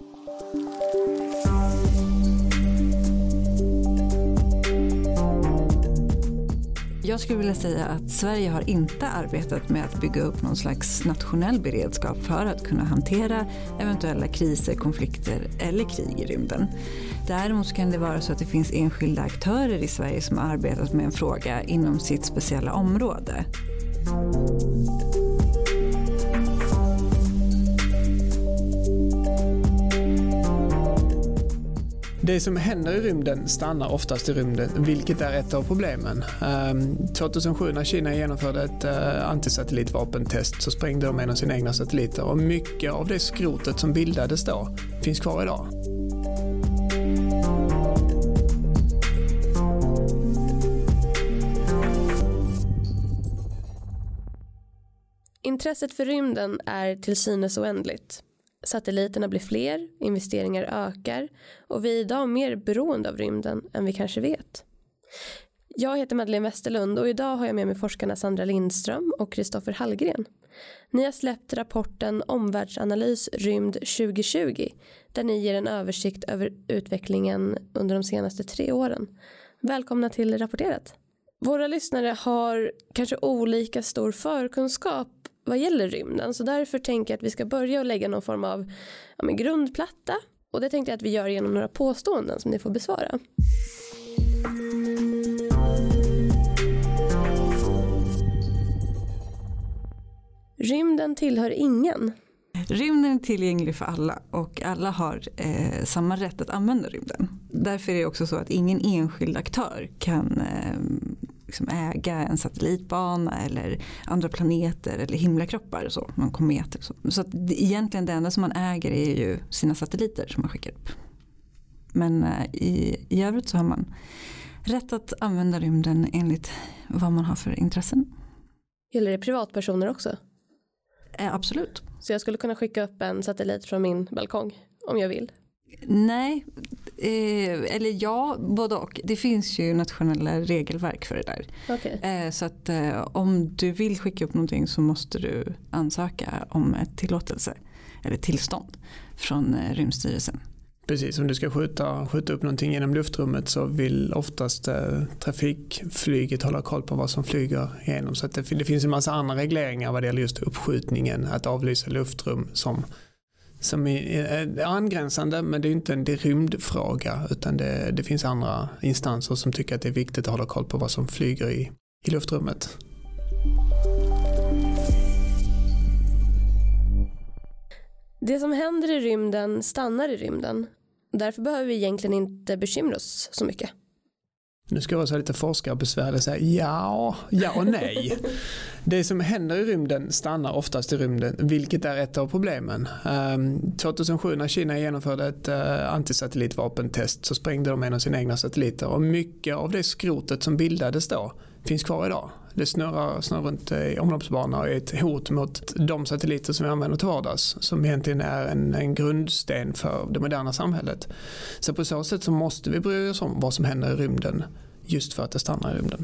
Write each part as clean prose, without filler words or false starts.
Jag skulle vilja säga att Sverige har inte arbetat med att bygga upp någon slags nationell beredskap för att kunna hantera eventuella kriser, konflikter eller krig i rymden. Däremot kan det vara så att det finns enskilda aktörer i Sverige som har arbetat med en fråga inom sitt speciella område. Det som händer i rymden stannar oftast i rymden, vilket är ett av problemen. 2007 när Kina genomförde ett antisatellitvapentest så sprängde de en av sina egna satelliter och mycket av det skrotet som bildades då finns kvar idag. Intresset för rymden är till synes oändligt. Satelliterna blir fler, investeringar ökar och vi är idag mer beroende av rymden än vi kanske vet. Jag heter Madeleine Westerlund och idag har jag med mig forskarna Sandra Lindström och Kristoffer Hallgren. Ni har släppt rapporten Omvärldsanalys rymd 2020 där ni ger en översikt över utvecklingen under de senaste 3 åren. Välkomna till Rapporterat. Våra lyssnare har kanske olika stor förkunskap vad gäller rymden, så därför tänker jag att vi ska börja och lägga någon form av grundplatta, och det tänkte jag att vi gör genom några påståenden som ni får besvara. Rymden tillhör ingen. Rymden är tillgänglig för alla och alla har samma rätt att använda rymden. Därför är det också så att ingen enskild aktör kan äga en satellitbana eller andra planeter eller himlakroppar och så, någon komet och så. Så att egentligen det enda som man äger är ju sina satelliter som man skickar upp. Men i övrigt så har man rätt att använda rymden enligt vad man har för intressen. Gäller det privatpersoner också? Absolut. Så jag skulle kunna skicka upp en satellit från min balkong om jag vill? Nej, eller ja, både och. Det finns ju nationella regelverk för det där. Okay. Så att om du vill skicka upp någonting så måste du ansöka om ett tillåtelse eller tillstånd från Rymdstyrelsen. Precis, om du ska skjuta upp någonting genom luftrummet så vill oftast trafikflyget hålla koll på vad som flyger igenom. Så att det finns en massa andra regleringar vad det gäller just uppskjutningen, att avlysa luftrum som är angränsande, men det är inte en rymdfråga, utan det finns andra instanser som tycker att det är viktigt att hålla koll på vad som flyger i luftrummet. Det som händer i rymden stannar i rymden. Därför behöver vi egentligen inte bekymra oss så mycket. Nu ska jag vara lite forskarbesvärlig och säga ja och nej. Det som händer i rymden stannar oftast i rymden, vilket är ett av problemen. 2007 när Kina genomförde ett antisatellitvapentest så sprängde de en av sina egna satelliter och mycket av det skrotet som bildades då finns kvar idag. Det snurrar runt i omloppsbana och är ett hot mot de satelliter som vi använder till vardags, som egentligen är en grundsten för det moderna samhället. Så på så sätt så måste vi bry oss om vad som händer i rymden just för att det stannar i rymden.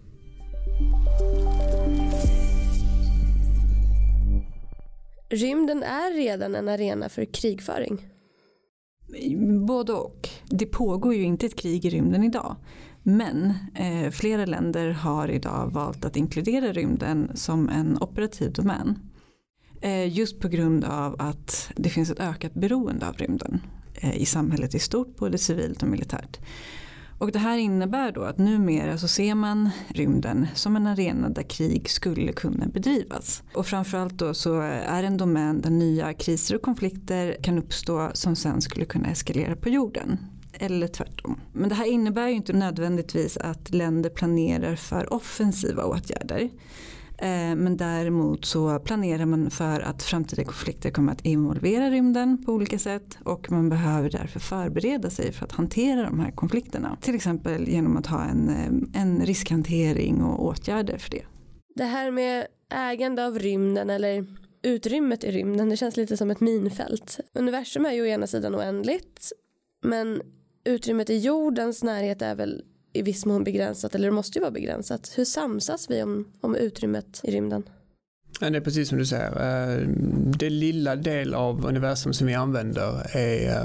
Rymden är redan en arena för krigföring. Både och. Det pågår ju inte ett krig i rymden idag. Men flera länder har idag valt att inkludera rymden som en operativ domän. Just på grund av att det finns ett ökat beroende av rymden i samhället i stort, både civilt och militärt. Och det här innebär då att numera så ser man rymden som en arena där krig skulle kunna bedrivas. Och framförallt då så är en domän där nya kriser och konflikter kan uppstå som sen skulle kunna eskalera på jorden. Eller tvärtom. Men det här innebär ju inte nödvändigtvis att länder planerar för offensiva åtgärder. Men däremot så planerar man för att framtida konflikter kommer att involvera rymden på olika sätt. Och man behöver därför förbereda sig för att hantera de här konflikterna. Till exempel genom att ha en riskhantering och åtgärder för det. Det här med ägande av rymden eller utrymmet i rymden, det känns lite som ett minfält. Universum är ju å ena sidan oändligt, men utrymmet i jordens närhet är väl i viss mån begränsat, eller det måste ju vara begränsat. Hur samsas vi om utrymmet i rymden? Det är precis som du säger. Det lilla del av universum som vi använder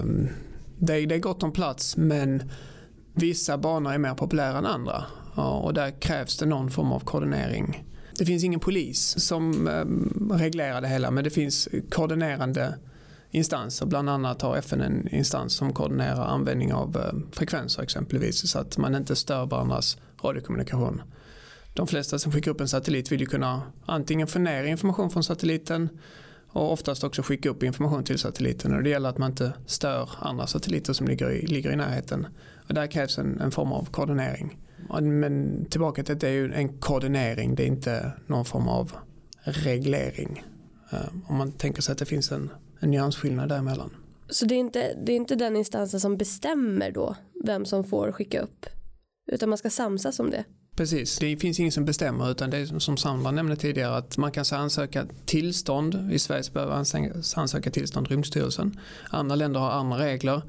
det är gott om plats, men vissa banor är mer populära än andra. Och där krävs det någon form av koordinering. Det finns ingen polis som reglerar det hela, men det finns koordinerande instanser. Bland annat har FN en instans som koordinerar användning av frekvenser exempelvis, så att man inte stör varandras radiokommunikation. De flesta som skickar upp en satellit vill ju kunna antingen få ner information från satelliten och oftast också skicka upp information till satelliten. Och det gäller att man inte stör andra satelliter som ligger i närheten. Och där krävs en form av koordinering. Men tillbaka till att det är ju en koordinering, det är inte någon form av reglering. Om man tänker sig att det finns en nyansskillnad däremellan. Så det är inte den instansen som bestämmer då vem som får skicka upp, utan man ska samsas om det? Precis, det finns ingen som bestämmer, utan det är som Sandra nämnde tidigare att man kan ansöka tillstånd. I Sverige behöver ansöka tillstånd Rymdstyrelsen. Andra länder har andra regler.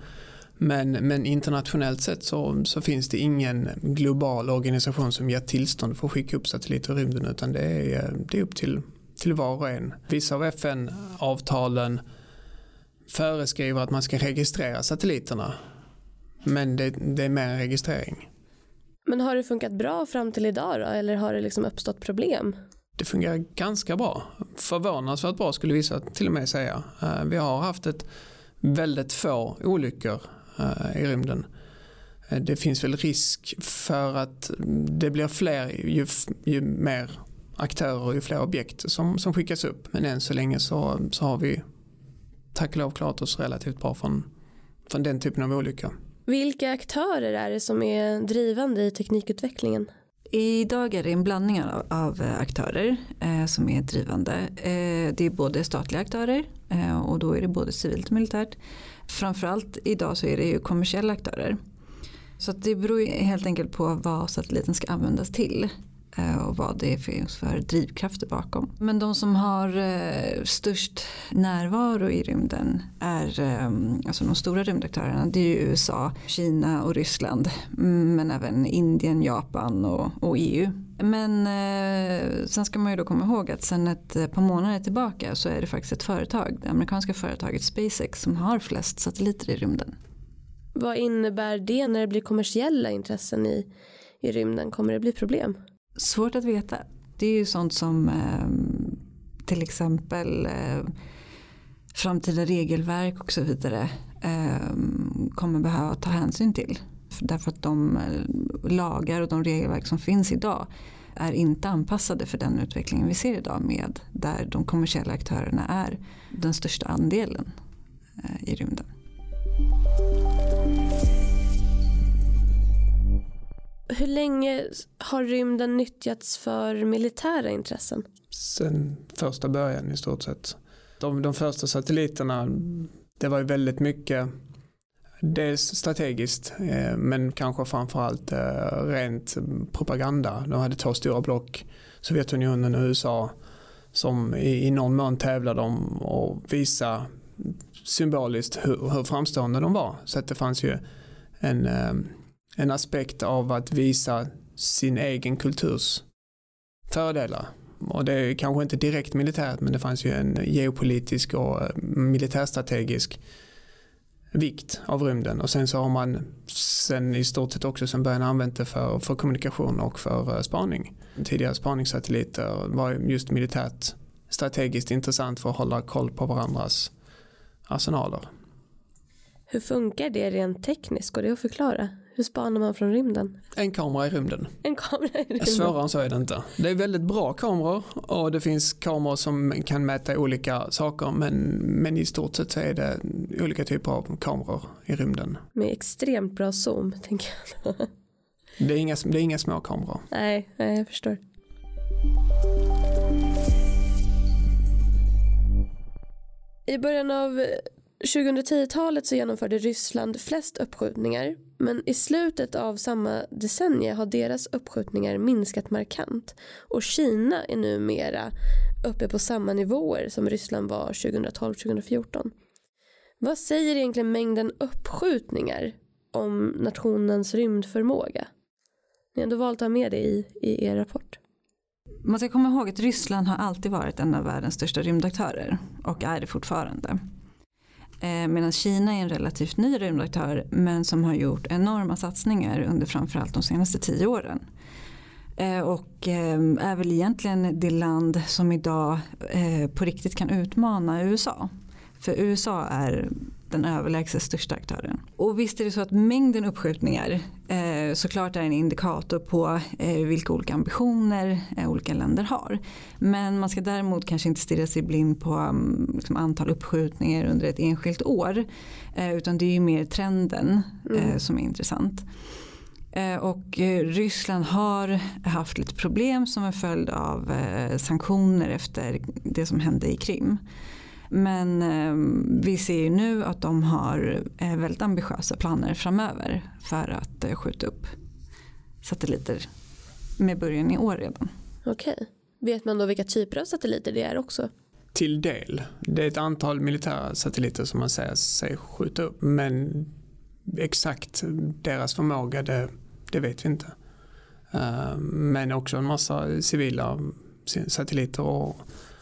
Men internationellt sett så finns det ingen global organisation som ger tillstånd för att skicka upp satelliter i rymden, utan det är upp till var och en. Vissa av FN-avtalen föreskriver att man ska registrera satelliterna, men det är mer en registrering. Men har det funkat bra fram till idag då, eller har det liksom uppstått problem? Det fungerar ganska bra. Förvånansvärt bra skulle vissa till och med säga. Vi har haft ett väldigt få olyckor i rymden. Det finns väl risk för att det blir fler ju mer aktörer och ju fler objekt som skickas upp. Men än så länge så har vi tack och lov klarat oss relativt bra från den typen av olyckor. Vilka aktörer är det som är drivande i teknikutvecklingen? Idag är det en blandning av aktörer som är drivande. Det är både statliga aktörer och då är det både civilt och militärt. Framförallt idag så är det ju kommersiella aktörer. Så att det beror helt enkelt på vad satelliten ska användas till och vad det finns för drivkrafter bakom. Men de som har störst närvaro i rymden är alltså de stora rymdaktörerna. Det är ju USA, Kina och Ryssland, men även Indien, Japan och EU. Men sen ska man ju då komma ihåg att sen ett par månader tillbaka så är det faktiskt ett företag, det amerikanska företaget SpaceX, som har flest satelliter i rymden. Vad innebär det när det blir kommersiella intressen i rymden? Kommer det bli problem? Svårt att veta. Det är ju sånt som till exempel framtida regelverk och så vidare kommer behöva ta hänsyn till. Därför att de lagar och de regelverk som finns idag är inte anpassade för den utvecklingen vi ser idag, med där de kommersiella aktörerna är den största andelen i rymden. Hur länge har rymden nyttjats för militära intressen? Sen första början i stort sett. De första satelliterna, det var ju väldigt mycket dels strategiskt, men kanske framförallt rent propaganda. De hade 2 stora block, Sovjetunionen och USA, som i någon mån tävlade om att visa symboliskt hur framstående de var. Så att det fanns ju en aspekt av att visa sin egen kulturs fördelar. Och det är kanske inte direkt militärt, men det fanns ju en geopolitisk och militärstrategisk vikt av rymden. Och sen så har man i stort sett också sen början använt det för kommunikation och för spaning. Tidigare spaningssatelliter var just militärt strategiskt intressant för att hålla koll på varandras arsenaler. Hur funkar det rent tekniskt? Går det att förklara? Hur spanar man från rymden? En kamera i rymden. En kamera i rymden. Svårare än så är det inte. Det är väldigt bra kameror och det finns kameror som kan mäta olika saker, men i stort sett så är det olika typer av kameror i rymden. Med extremt bra zoom, tänker jag. Det är inga små kameror. Nej, jag förstår. I början av 2010-talet så genomförde Ryssland flest uppskjutningar, men i slutet av samma decennium har deras uppskjutningar minskat markant och Kina är numera uppe på samma nivåer som Ryssland var 2012-2014. Vad säger egentligen mängden uppskjutningar om nationens rymdförmåga? Ni har ändå valt att ha med det i er rapport. Man ska komma ihåg att Ryssland har alltid varit en av världens största rymdaktörer och är det fortfarande. Medan Kina är en relativt ny rymdaktör men som har gjort enorma satsningar under framförallt de senaste 10 åren. Och är väl egentligen det land som idag på riktigt kan utmana USA. För USA är den överlägset största aktören. Och visst är det så att mängden uppskjutningar såklart är en indikator på vilka olika ambitioner olika länder har. Men man ska däremot kanske inte stirra sig blind på liksom, antal uppskjutningar under ett enskilt år. Utan det är ju mer trenden som är intressant. Och Ryssland har haft lite problem som en följd av sanktioner efter det som hände i Krim. Men vi ser ju nu att de har väldigt ambitiösa planer framöver för att skjuta upp satelliter med början i år redan. Okej. Vet man då vilka typer av satelliter det är också? Till del. Det är ett antal militära satelliter som man säger sig skjuta upp. Men exakt deras förmåga det vet vi inte. Men också en massa civila satelliter och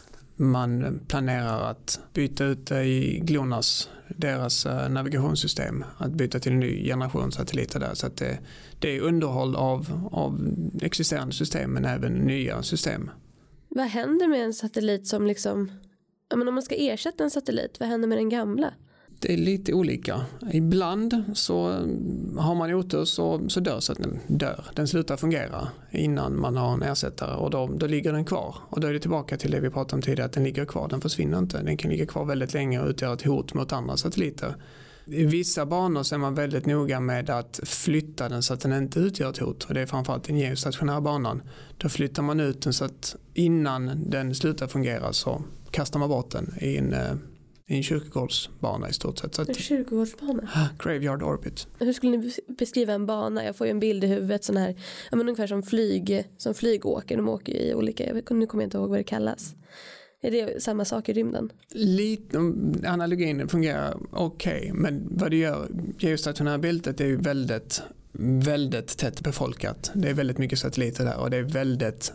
man planerar att byta ut i GLONASS, deras navigationssystem, att byta till en ny generation satelliter där. Så att det är underhåll av existerande system men även nya system. Vad händer med en satellit som liksom, om man ska ersätta en satellit, vad händer med den gamla? Det är lite olika. Ibland så har man otur så dör satelliten. Den slutar fungera innan man har en ersättare och då ligger den kvar. Och då är det tillbaka till det vi pratade om tidigare, att den ligger kvar, den försvinner inte. Den kan ligga kvar väldigt länge och utgöra ett hot mot andra satelliter. I vissa banor så är man väldigt noga med att flytta den så att den inte utgör ett hot. Och det är framförallt den geostationära banan. Då flyttar man ut den så att innan den slutar fungera så kastar man bort den i en kyrkogårdsbana i stort sett. Så en kyrkogårdsbana? Graveyard orbit. Hur skulle ni beskriva en bana? Jag får ju en bild i huvudet sån här, ungefär som flygåker. De åker i olika, nu kommer jag inte ihåg vad det kallas. Är det samma sak i rymden? Lite, analogin fungerar okej, men vad det gör, geostationära bältet är ju väldigt, väldigt tätt befolkat. Det är väldigt mycket satelliter där och det är väldigt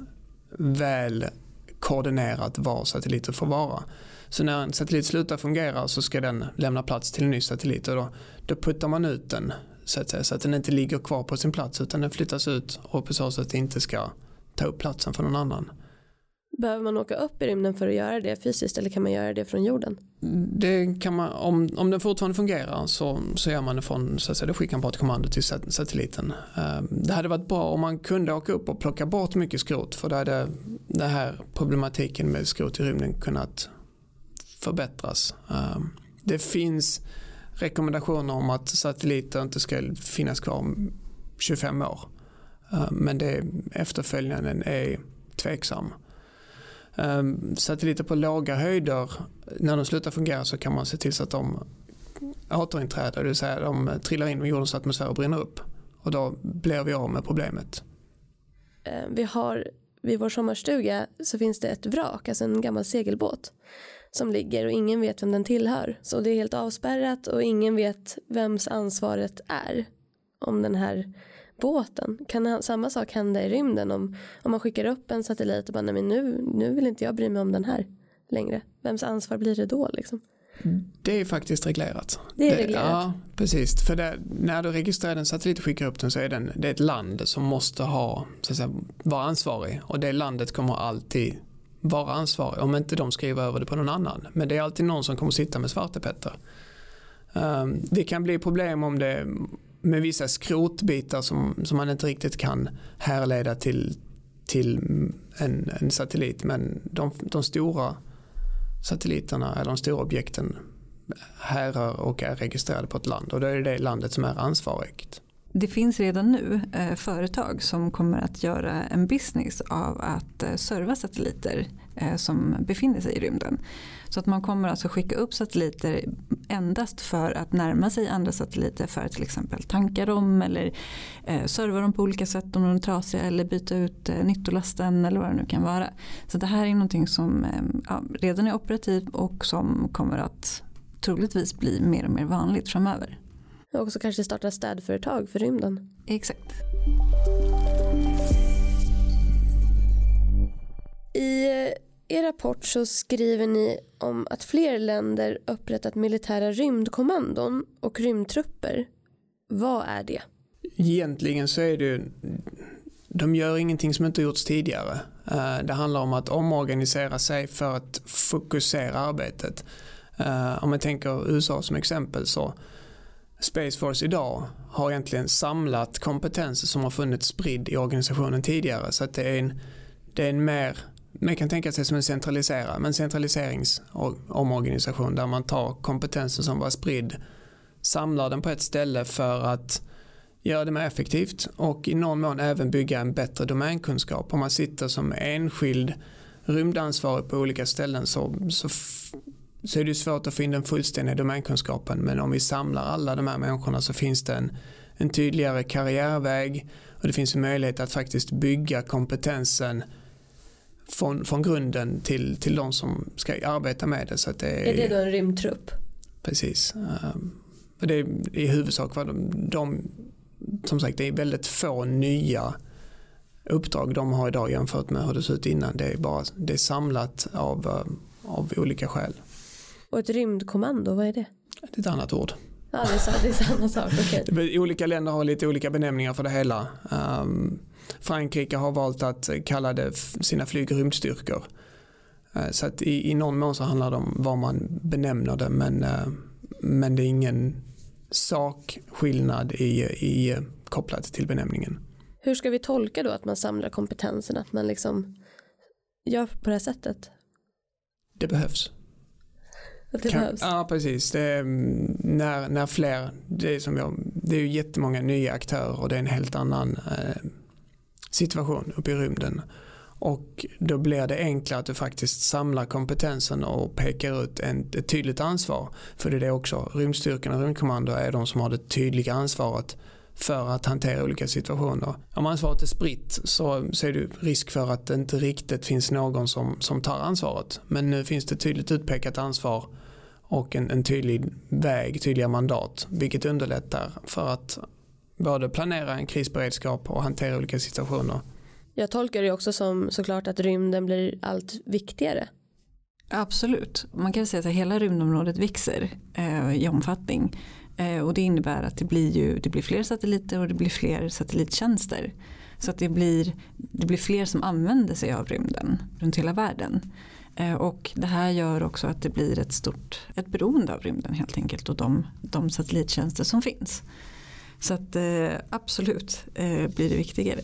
väl koordinerat var satelliter får vara. Så när en satellit slutar fungera så ska den lämna plats till en ny satellit och då puttar man ut den så att säga, så att den inte ligger kvar på sin plats utan den flyttas ut och på så sätt att det inte ska ta upp platsen för någon annan. Behöver man åka upp i rymden för att göra det fysiskt eller kan man göra det från jorden? Det kan man, om den fortfarande fungerar så gör man det från, så att säga, det skickar man på ett kommando till satelliten. Det hade varit bra om man kunde åka upp och plocka bort mycket skrot, för då hade det här problematiken med skrot i rymden kunnat förbättras. Det finns rekommendationer om att satelliter inte ska finnas kvar om 25 år. Men efterföljanden är tveksam. Satelliter på låga höjder, när de slutar fungera så kan man se till så att de återinträder, det vill säga de trillar in i jordens atmosfär och brinner upp. Och då blir vi av med problemet. Vid vår sommarstuga så finns det ett vrak, alltså en gammal segelbåt som ligger och ingen vet vem den tillhör. Så det är helt avspärrat och ingen vet vems ansvaret är om den här båten. Kan samma sak hända i rymden om man skickar upp en satellit och bara, nej men nu vill inte jag bry mig om den här längre. Vems ansvar blir det då liksom? Det är faktiskt reglerat. Det är reglerat? Ja, precis. För när du registrerar en satellit och skickar upp den så är det ett land som måste vara ansvarig. Och det landet kommer alltid vara ansvarig om inte de skriver över det på någon annan. Men det är alltid någon som kommer sitta med svartepetter. Det kan bli problem om det med vissa skrotbitar som man inte riktigt kan härleda till en satellit. Men de stora satelliterna eller de stora objekten härrör och är registrerade på ett land. Och då är det landet som är ansvarigt. Det finns redan nu företag som kommer att göra en business av att serva satelliter som befinner sig i rymden. Så att man kommer alltså skicka upp satelliter endast för att närma sig andra satelliter för att till exempel tanka dem eller serva dem på olika sätt om de är trasiga eller byta ut nyttolasten eller vad det nu kan vara. Så det här är någonting som redan är operativt och som kommer att troligtvis bli mer och mer vanligt framöver. Och också kanske starta städföretag för rymden. Exakt. I er rapport så skriver ni om att fler länder upprättat militära rymdkommandon och rymdtrupper. Vad är det? Egentligen så är det, de gör ingenting som inte gjorts tidigare. Det handlar om att omorganisera sig för att fokusera arbetet. Om man tänker USA som exempel, så Space Force idag har egentligen samlat kompetenser som har funnits spridd i organisationen tidigare. Så att det är en mer, man kan tänka sig som en centraliseringsomorganisation där man tar kompetensen som var spridd, samlar den på ett ställe för att göra det mer effektivt och i någon mån även bygga en bättre domänkunskap. Om man sitter som enskild rymdansvarig på olika ställen så är det svårt att få in den fullständiga domänkunskapen, men om vi samlar alla de här människorna så finns det en tydligare karriärväg och det finns en möjlighet att faktiskt bygga kompetensen från grunden till de som ska arbeta med det. Så att är det då en rymdtrupp? Precis. Det är i huvudsak vad de som sagt, det är väldigt få nya uppdrag de har idag jämfört med hur det ser ut innan. Det är samlat av olika skäl. Och ett rymdkommando, vad är det? Det är ett annat ord. Ja, det är samma sak. Okay. Olika länder har lite olika benämningar för det hela. Frankrike har valt att kalla det sina flygrymdstyrkor. Så att i någon mån så handlar det om vad man benämner det, men det är ingen sakskillnad i kopplat till benämningen. Hur ska vi tolka då att man samlar kompetensen, att man liksom gör på det här sättet? Det behövs. Behövs. Ja, precis. Det är, när fler, det är ju jättemånga nya aktörer och det är en helt annan situation uppe i rymden. Och då blir det enklare att du faktiskt samlar kompetensen och pekar ut ett tydligt ansvar. För det är det också. Rymdstyrkan och rymdkommando är de som har det tydliga ansvaret för att hantera olika situationer. Om ansvaret är spritt så är det risk för att det inte riktigt finns någon som tar ansvaret. Men nu finns det tydligt utpekat ansvar och en tydlig väg, tydliga mandat, vilket underlättar för att både planera en krisberedskap och hantera olika situationer. Jag tolkar det också som såklart att rymden blir allt viktigare. Absolut. Man kan säga att hela rymdområdet växer i omfattning. Och det innebär att det blir fler satelliter och det blir fler satellittjänster. Så att det blir fler som använder sig av rymden runt hela världen. Och det här gör också att det blir ett beroende av rymden helt enkelt och de satellittjänster som finns. Så att absolut blir det viktigare.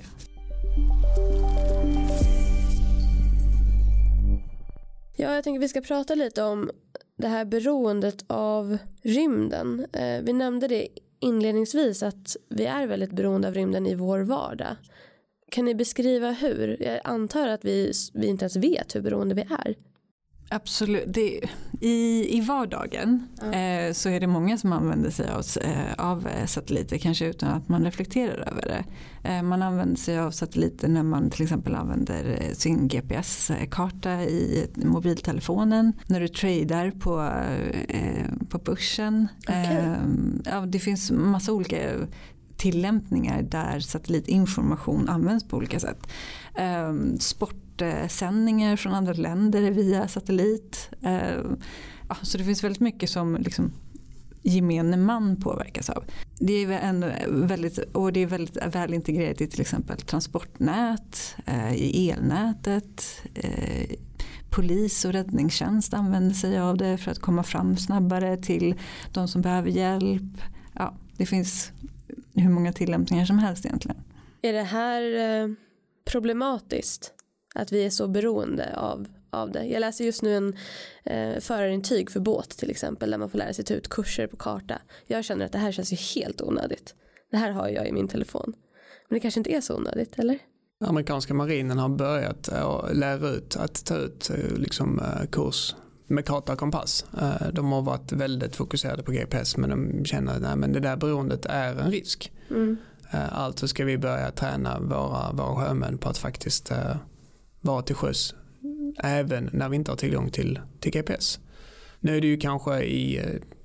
Ja, jag tänker vi ska prata lite om det här beroendet av rymden. Vi nämnde det inledningsvis att vi är väldigt beroende av rymden i vår vardag. Kan ni beskriva hur? Jag antar att vi inte ens vet hur beroende vi är. Absolut. I vardagen så är det många som använder sig av satelliter, kanske utan att man reflekterar över det. Man använder sig av satelliter när man till exempel använder sin GPS-karta i mobiltelefonen, när du tradar på börsen. Okay. Det finns massa olika tillämpningar där satellitinformation används på olika sätt. Sportsändningar från andra länder via satellit. Så det finns väldigt mycket som liksom gemene man påverkas av. Det är väldigt väl integrerat i till exempel transportnät, i elnätet. Polis och räddningstjänst använder sig av det för att komma fram snabbare till de som behöver hjälp. Ja, det finns hur många tillämpningar som helst egentligen. Är det här problematiskt att vi är så beroende av det? Jag läser just nu en förarintyg för båt till exempel, där man får lära sig ta ut kurser på karta. Jag känner att det här känns ju helt onödigt. Det här har jag i min telefon. Men det kanske inte är så onödigt, eller? Amerikanska marinen har börjat lära ut att ta ut kurs med karta och kompass. De har varit väldigt fokuserade på GPS, men de känner att det där beroendet är en risk. Alltså ska vi börja träna våra sjömän på att faktiskt vara till sjöss även när vi inte har tillgång till GPS. Nu är det ju kanske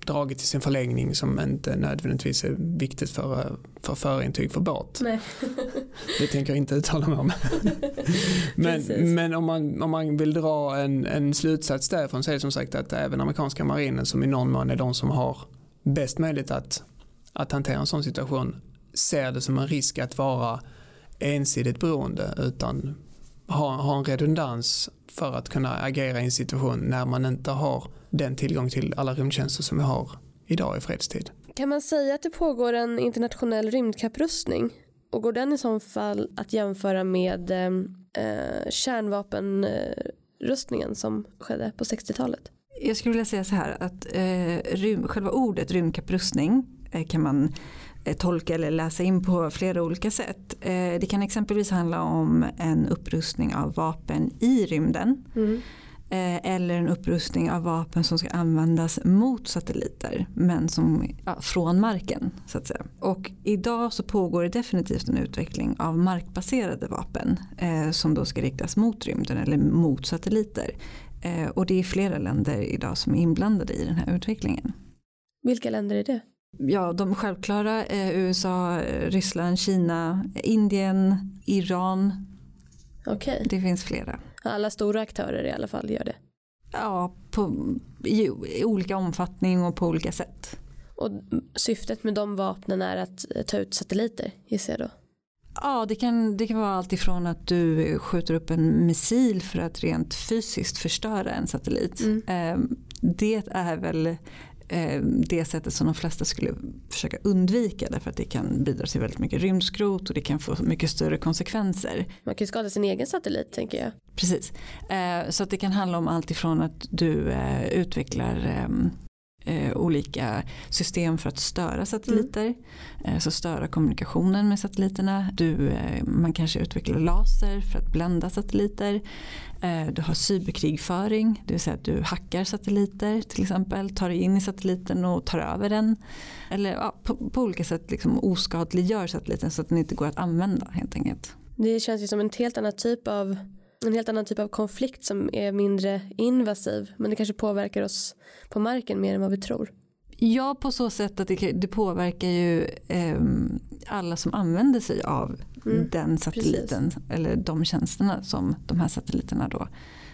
dragit till sin förlängning som inte nödvändigtvis är viktigt för förintyg för båt. Nej. Det tänker jag inte uttala mig om. men om man vill dra en slutsats därifrån så är det som sagt att även amerikanska marinen som i någon mån är de som har bäst möjlighet att hantera en sån situation ser det som en risk att vara ensidigt beroende utan ha en redundans för att kunna agera i en situation när man inte har den tillgång till alla rymdtjänster som vi har idag i fredstid. Kan man säga att det pågår en internationell rymdkapprustning? Och går den i så fall att jämföra med kärnvapenrustningen som skedde på 60-talet? Jag skulle vilja säga så här att själva ordet rymdkapprustning kan man tolka eller läsa in på flera olika sätt. Det kan exempelvis handla om en upprustning av vapen i rymden. Eller en upprustning av vapen som ska användas mot satelliter men som från marken så att säga. Och idag så pågår det definitivt en utveckling av markbaserade vapen som då ska riktas mot rymden eller mot satelliter. Och det är flera länder idag som är inblandade i den här utvecklingen. Vilka länder är det? Ja, de självklara USA, Ryssland, Kina, Indien, Iran. Okej. Det finns flera. Alla stora aktörer i alla fall gör det. Ja, i olika omfattning och på olika sätt. Och syftet med de vapnen är att ta ut satelliter, gissar jag då? Ja, det kan vara allt ifrån att du skjuter upp en missil för att rent fysiskt förstöra en satellit. Det är väl det sättet som de flesta skulle försöka undvika därför att det kan bidra till väldigt mycket rymdskrot och det kan få mycket större konsekvenser. Man kan ju skada sin egen satellit, tänker jag. Precis. Så att det kan handla om allt ifrån att du utvecklar olika system för att störa satelliter, så störa kommunikationen med satelliterna. Man kanske utvecklar laser för att blända satelliter. Du har cyberkrigföring, det vill säga att du hackar satelliter till exempel, tar in i satelliten och tar över den. Eller på olika sätt liksom oskadliggör satelliten så att den inte går att använda helt enkelt. Det känns ju som en helt annan typ av konflikt som är mindre invasiv, men det kanske påverkar oss på marken mer än vad vi tror. Ja, på så sätt att det påverkar ju alla som använder sig av den satelliten. Precis. Eller de tjänsterna som de här satelliterna då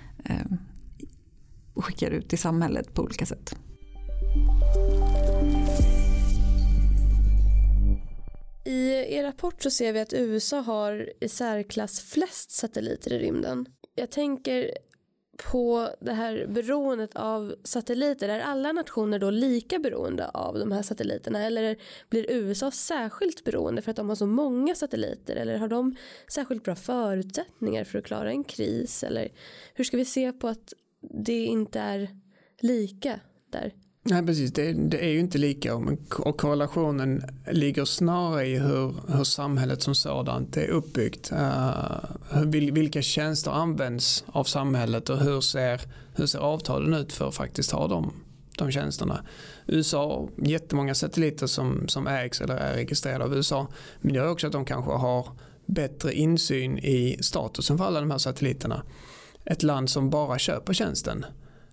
skickar ut i samhället på olika sätt. I er rapport så ser vi att USA har i särklass flest satelliter i rymden. Jag tänker på det här beroendet av satelliter. Är alla nationer då lika beroende av de här satelliterna? Eller blir USA särskilt beroende för att de har så många satelliter? Eller har de särskilt bra förutsättningar för att klara en kris? Eller hur ska vi se på att det inte är lika där? Nej, precis. Det är ju inte lika och korrelationen ligger snarare i hur samhället som sådant är uppbyggt. Vilka tjänster används av samhället och hur ser avtalen ut för att faktiskt ha de tjänsterna. USA har jättemånga satelliter som ägs eller är registrerade av USA, men det gör också att de kanske har bättre insyn i statusen för alla de här satelliterna. Ett land som bara köper tjänsten,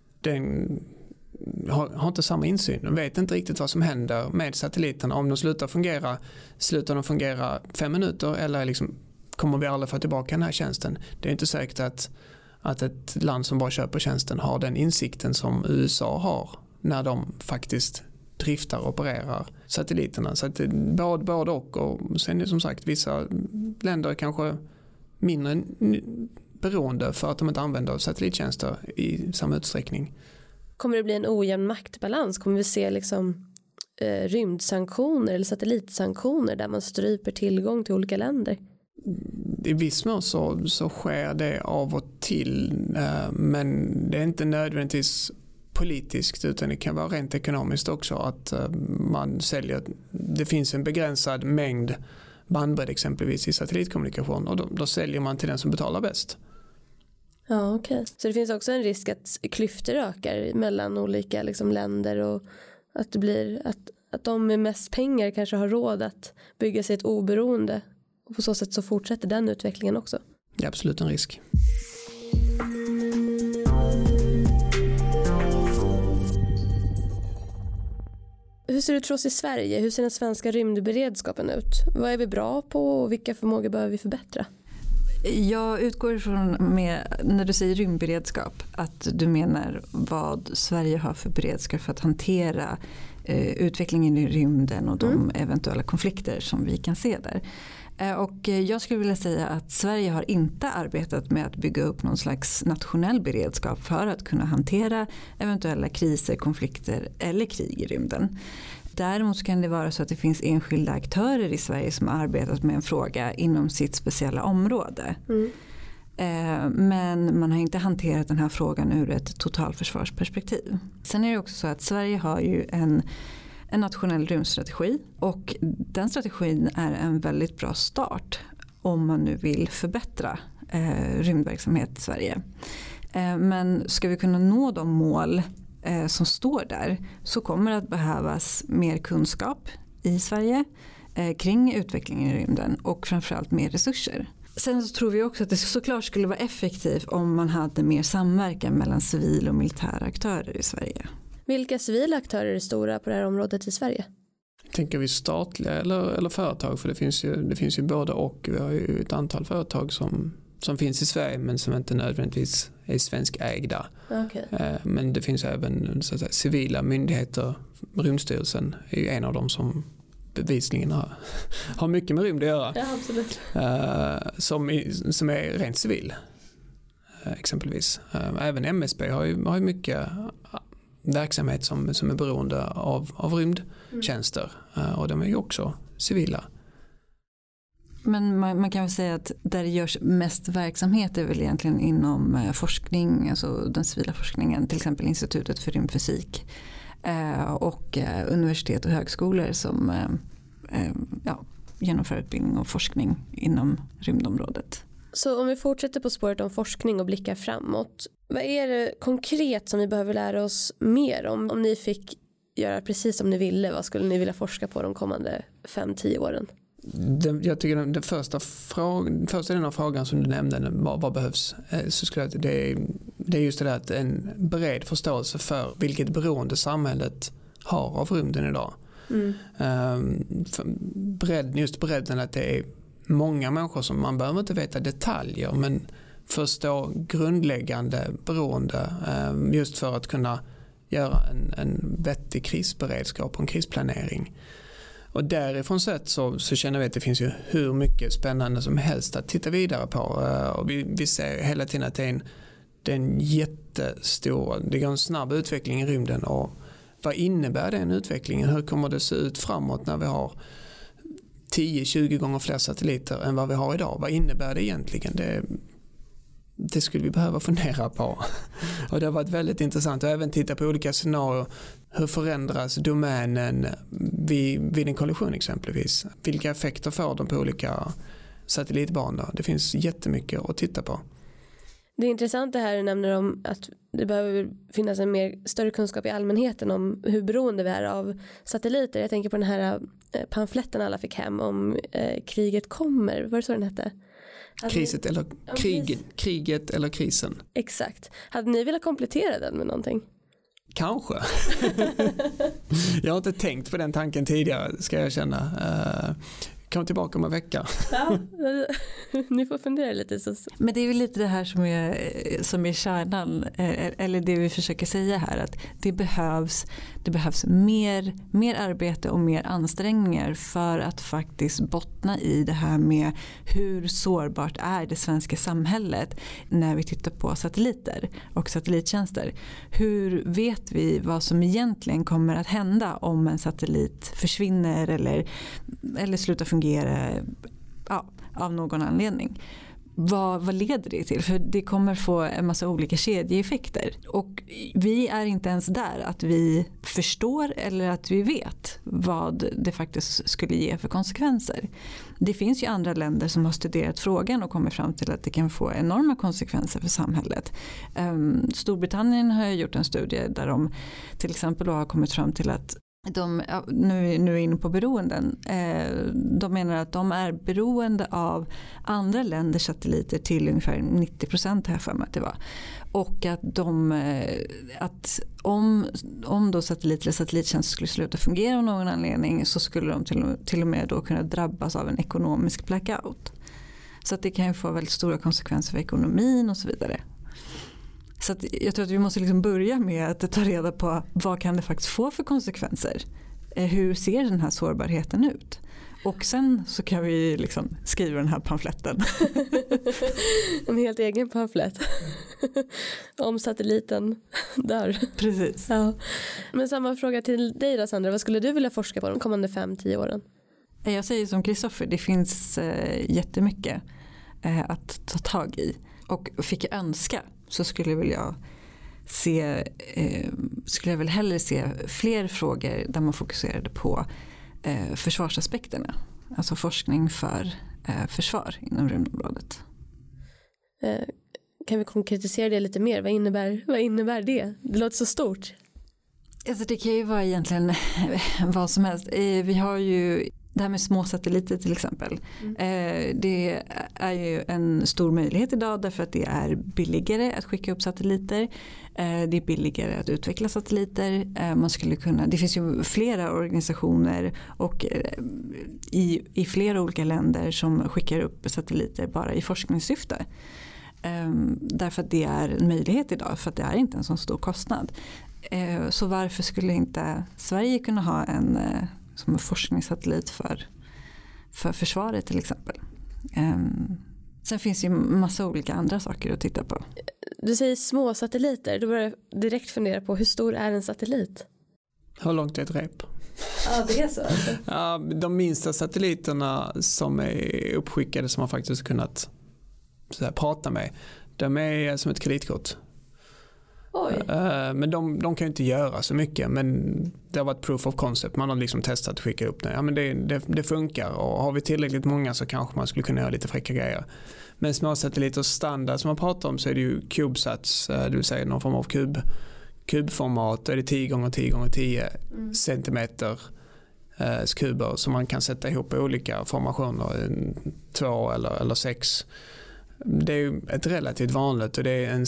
har inte samma insyn. De vet inte riktigt vad som händer med satelliterna. Om de slutar de fungera 5 minuter eller liksom, kommer vi aldrig få tillbaka den här tjänsten. Det är inte säkert att ett land som bara köper tjänsten har den insikten som USA har när de faktiskt driftar och opererar satelliterna. Så att både och sen är som sagt vissa länder kanske mindre beroende för att de inte använder satellittjänster i samma utsträckning. Kommer det bli en ojämn maktbalans? Kommer vi se liksom rymdsanktioner eller satellitsanktioner där man stryper tillgång till olika länder? I viss mån så sker det av och till, men det är inte nödvändigtvis politiskt utan det kan vara rent ekonomiskt också att man säljer. Det finns en begränsad mängd bandbredd exempelvis i satellitkommunikation och då säljer man till den som betalar bäst. Ja, okej. Så det finns också en risk att klyftor ökar mellan olika liksom, länder och att det blir att de med mest pengar kanske har råd att bygga sig ett oberoende och på så sätt så fortsätter den utvecklingen också. Det är absolut en risk. Hur ser det ut för oss i Sverige? Hur ser den svenska rymdberedskapen ut? Vad är vi bra på och vilka förmågor behöver vi förbättra? Jag utgår ifrån när du säger rymdberedskap att du menar vad Sverige har för beredskap för att hantera utvecklingen i rymden och de eventuella konflikter som vi kan se där. Och jag skulle vilja säga att Sverige har inte arbetat med att bygga upp någon slags nationell beredskap för att kunna hantera eventuella kriser, konflikter eller krig i rymden. Däremot kan det vara så att det finns enskilda aktörer i Sverige som har arbetat med en fråga inom sitt speciella område. Men man har inte hanterat den här frågan ur ett totalförsvarsperspektiv. Sen är det också så att Sverige har ju en nationell rymdstrategi och den strategin är en väldigt bra start om man nu vill förbättra rymdverksamhet i Sverige. Men ska vi kunna nå de mål som står där så kommer det att behövas mer kunskap i Sverige kring utvecklingen i rymden och framförallt mer resurser. Sen så tror vi också att det såklart skulle vara effektivt om man hade mer samverkan mellan civil och militära aktörer i Sverige. Vilka civila aktörer är stora på det här området i Sverige? Tänker vi statliga eller företag? För det finns ju både och. Vi har ju ett antal företag som finns i Sverige men som inte nödvändigtvis är svenskägda. Okay. Men det finns även så att säga, civila myndigheter. Rymdstyrelsen är ju en av dem som bevisligen har mycket med rymd att göra. Ja, absolut. Som är rent civil exempelvis. Även MSB har ju mycket verksamhet som är beroende av rymdtjänster och de är ju också civila. Men man kan väl säga att där det görs mest verksamhet är väl egentligen inom forskning, alltså den civila forskningen, till exempel Institutet för rymdfysik och universitet och högskolor som genomför utbildning och forskning inom rymdområdet. Så om vi fortsätter på spåret om forskning och blickar framåt, vad är det konkret som vi behöver lära oss mer om? Om ni fick göra precis som ni ville, vad skulle ni vilja forska på de kommande 5-10 åren? Jag tycker den första delen av frågan som du nämnde, vad behövs, så skulle jag, det är just det där att en bred förståelse för vilket beroende samhället har av rymden idag. Bredden att det är många människor som man behöver inte veta detaljer men förstå grundläggande beroende just för att kunna göra en vettig krisberedskap och en krisplanering. Och därifrån sett så känner vi att det finns ju hur mycket spännande som helst att titta vidare på. Och vi ser hela tiden att det är en jättestor, det går en snabb utveckling i rymden. Och vad innebär den utvecklingen? Hur kommer det se ut framåt när vi har 10-20 gånger fler satelliter än vad vi har idag? Vad innebär det egentligen? Det skulle vi behöva fundera på. Och det har varit väldigt intressant att även titta på olika scenarier. Hur förändras domänen vid en kollision exempelvis? Vilka effekter får de på olika satellitbanor? Det finns jättemycket att titta på. Det är intressant det här du nämner om att det behöver finnas en större kunskap i allmänheten om hur beroende vi är av satelliter. Jag tänker på den här pamfletten alla fick hem om kriget kommer. Vad var det så den hette? Kriget eller krisen. Exakt. Hade ni velat komplettera den med någonting? Kanske. Jag har inte tänkt på den tanken tidigare, ska jag känna. Kom tillbaka om en vecka. Ja, ni får fundera lite. Men det är ju lite det här som är kärnan, eller det vi försöker säga här, att det behövs mer arbete och mer ansträngningar för att faktiskt bottna i det här med hur sårbart är det svenska samhället när vi tittar på satelliter och satellittjänster. Hur vet vi vad som egentligen kommer att hända om en satellit försvinner eller slutar fungera av någon anledning? Vad leder det till? För det kommer få en massa olika kedjeeffekter. Och vi är inte ens där att vi förstår eller att vi vet vad det faktiskt skulle ge för konsekvenser. Det finns ju andra länder som har studerat frågan och kommit fram till att det kan få enorma konsekvenser för samhället. Storbritannien har gjort en studie där de till exempel har kommit fram till att nu är vi inne på beroenden. De menar att de är beroende av andra länders satelliter till ungefär 90% här för mig att det var. Och att om då satellittjänster skulle sluta fungera av någon anledning så skulle de till och med då kunna drabbas av en ekonomisk blackout. Så att det kan ju få väldigt stora konsekvenser för ekonomin och så vidare. Så att jag tror att vi måste liksom börja med att ta reda på vad kan det faktiskt få för konsekvenser. Hur ser den här sårbarheten ut? Och sen så kan vi liksom skriva den här pamfletten. En helt egen pamflett. Om satelliten dör. Precis. Ja. Men samma fråga till dig då, Sandra. Vad skulle du vilja forska på de kommande 5-10 åren? Jag säger som Kristoffer, det finns jättemycket att ta tag i. Och fick jag önska så skulle jag väl hellre se fler frågor där man fokuserade på försvarsaspekterna. Alltså forskning för försvar inom rymdområdet. Kan vi konkretisera det lite mer? Vad innebär det? Det låter så stort. Alltså det kan ju vara egentligen vad som helst. Vi har ju det här med små satelliter till exempel. Det är ju en stor möjlighet idag därför att det är billigare att skicka upp satelliter. Det är billigare att utveckla satelliter. Det finns ju flera organisationer och i flera olika länder som skickar upp satelliter bara i forskningssyfte. Därför att det är en möjlighet idag för att det är inte en så stor kostnad. Så varför skulle inte Sverige kunna ha som en forskningssatellit för försvaret till exempel. Sen finns ju massa olika andra saker att titta på. Du säger små satelliter. Då börjar jag direkt fundera på hur stor är en satellit? Hur långt är ett rep? Ja, det är så. Alltså. Ja, de minsta satelliterna som är uppskickade som man faktiskt kunnat prata med, de är som ett kreditkort. Oj. Men de kan ju inte göra så mycket, men det har varit proof of concept. Man har liksom testat att skicka upp det. Ja, men det funkar, och har vi tillräckligt många så kanske man skulle kunna göra lite fräcka grejer. Men små satelliter standard som man pratar om så är det ju CubeSats, det vill säga någon form av kubformat. Då är det 10 gånger 10 gånger 10 centimeter kuber som man kan sätta ihop i olika formationer, 2 eller 6. Det är ju ett relativt vanligt och det är en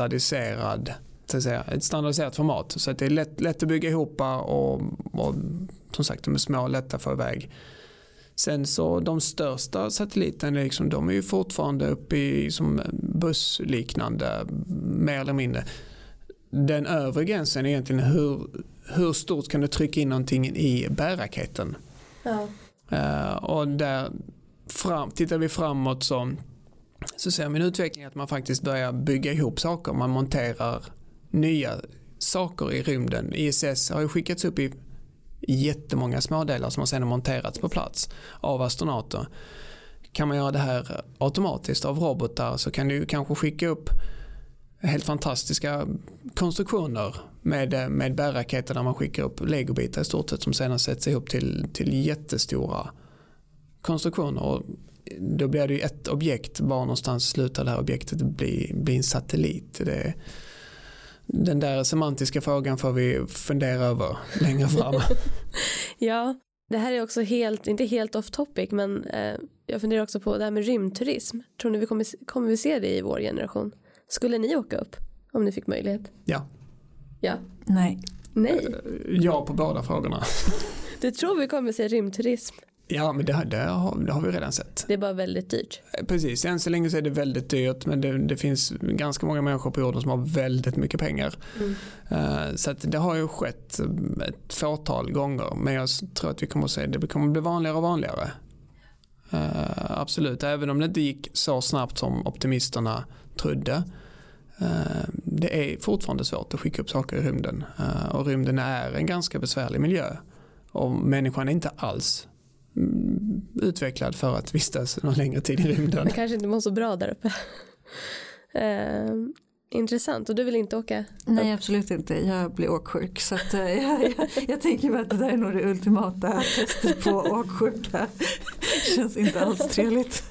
ett standardiserat format, så att det är lätt att bygga ihop och som sagt de är små och lätta att få iväg. Sen så de största satelliterna liksom, de är ju fortfarande uppe i som bussliknande mer eller mindre. Den övre gränsen är egentligen hur stort kan du trycka in någonting i bärraketen. Ja. Och där tittar vi framåt så ser min utveckling att man faktiskt börjar bygga ihop saker. Man monterar nya saker i rymden. ISS har ju skickats upp i jättemånga smådelar som har sedan monterats på plats av astronauter. Kan man göra det här automatiskt av robotar så kan du kanske skicka upp helt fantastiska konstruktioner med bärraketer där man skickar upp legobitar i stort sett som sedan sätts ihop till jättestora konstruktioner. Och då blir det ju ett objekt. Var någonstans slutar det här objektet bli en satellit? Den där semantiska frågan får vi fundera över längre fram. Ja, det här är också inte helt off topic, men jag funderar också på det här med rymdturism. Tror ni vi kommer vi se det i vår generation? Skulle ni åka upp om ni fick möjlighet? Ja. Ja. Nej. Ja på båda frågorna. Du tror vi kommer se rymdturism? Ja, men det har vi redan sett. Det är bara väldigt dyrt. Precis, än så länge så är det väldigt dyrt, men det finns ganska många människor på jorden som har väldigt mycket pengar. Så att det har ju skett ett fåtal gånger, men jag tror att vi kommer att se det kommer bli vanligare och vanligare. Absolut, även om det inte gick så snabbt som optimisterna trodde. Det är fortfarande svårt att skicka upp saker i rymden. Och rymden är en ganska besvärlig miljö. Och människan är inte alls utvecklad för att vistas någon längre tid i rymden. Man kanske inte mår så bra där uppe. Intressant. Och du vill inte åka? Nej, absolut inte. Jag blir åksjuk. Så att, jag tänker mig att det där är nog det ultimata testet på åksjuka. Känns inte alls trevligt.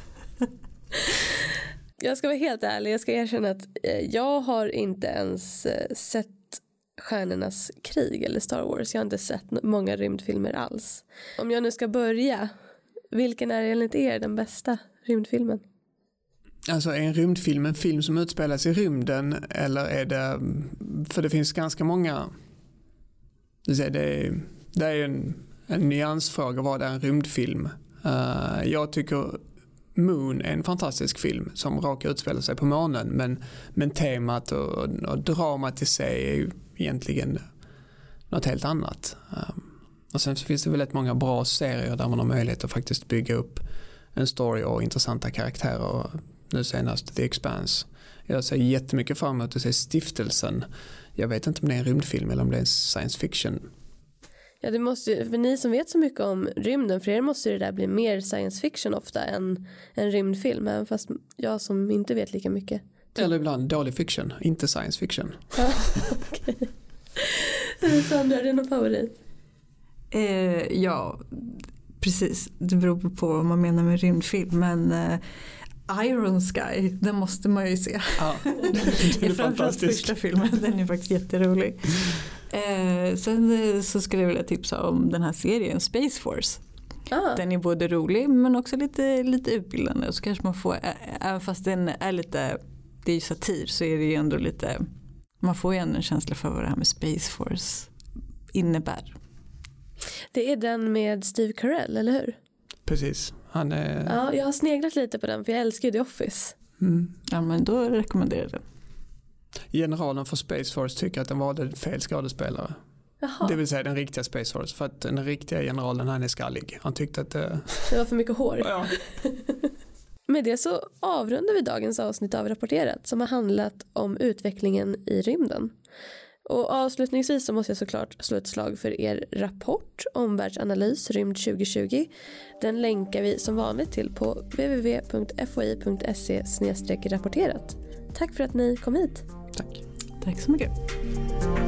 Jag ska vara helt ärlig. Jag ska erkänna att jag har inte ens sett Stjärnornas krig eller Star Wars. Jag har inte sett många rymdfilmer alls. Om jag nu ska börja, vilken är enligt er den bästa rymdfilmen? Alltså är en rymdfilm en film som utspelas i rymden eller är det, för det finns ganska många, det är en nyansfråga, vad är en rymdfilm? Jag tycker Moon är en fantastisk film som råkar utspela sig på månen, men temat och dramat i sig är ju egentligen något helt annat. Och sen så finns det väldigt många bra serier där man har möjlighet att faktiskt bygga upp en story och intressanta karaktärer. Nu senast The Expanse. Jag ser jättemycket fram emot att se Stiftelsen. Jag vet inte om det är en rymdfilm eller om det är en science fiction. Ja, det måste ju, för ni som vet så mycket om rymden, för er måste det där bli mer science fiction ofta än en rymdfilm, även fast jag som inte vet lika mycket. Eller ibland dålig fiction, inte science fiction. Ja, okej. Sandra, är det någon favorit? Ja, precis. Det beror på vad man menar med rymdfilm, men Iron Sky, den måste man ju se. Ja, det är fantastiskt. Första filmen, den är faktiskt jätterolig. Sen så skulle jag vilja tipsa om den här serien Space Force. Den är både rolig men också lite utbildande. Och så kanske man får, även fast den är lite, det är ju satir, så är det ju ändå lite, man får ju ändå en känsla för vad det här med Space Force innebär. Det är den med Steve Carell, eller hur? Precis. Han är... Ja, jag har sneglat lite på den för jag älskar ju The Office. Ja, men då rekommenderar jag den. Generalen för Space Force tycker att den valde fel skådespelare. Jaha. Det vill säga den riktiga Space Force, för att den riktiga generalen, han är skallig. Han tyckte att det var för mycket hår. Ja. Med det så avrundar vi dagens avsnitt av Rapporterat som har handlat om utvecklingen i rymden. Och avslutningsvis så måste jag såklart slå ett slag för er rapport Omvärldsanalys rymd 2020. Den länkar vi som vanligt till på www.foi.se/rapporterat. Tack för att ni kom hit. Tack. Tack så mycket.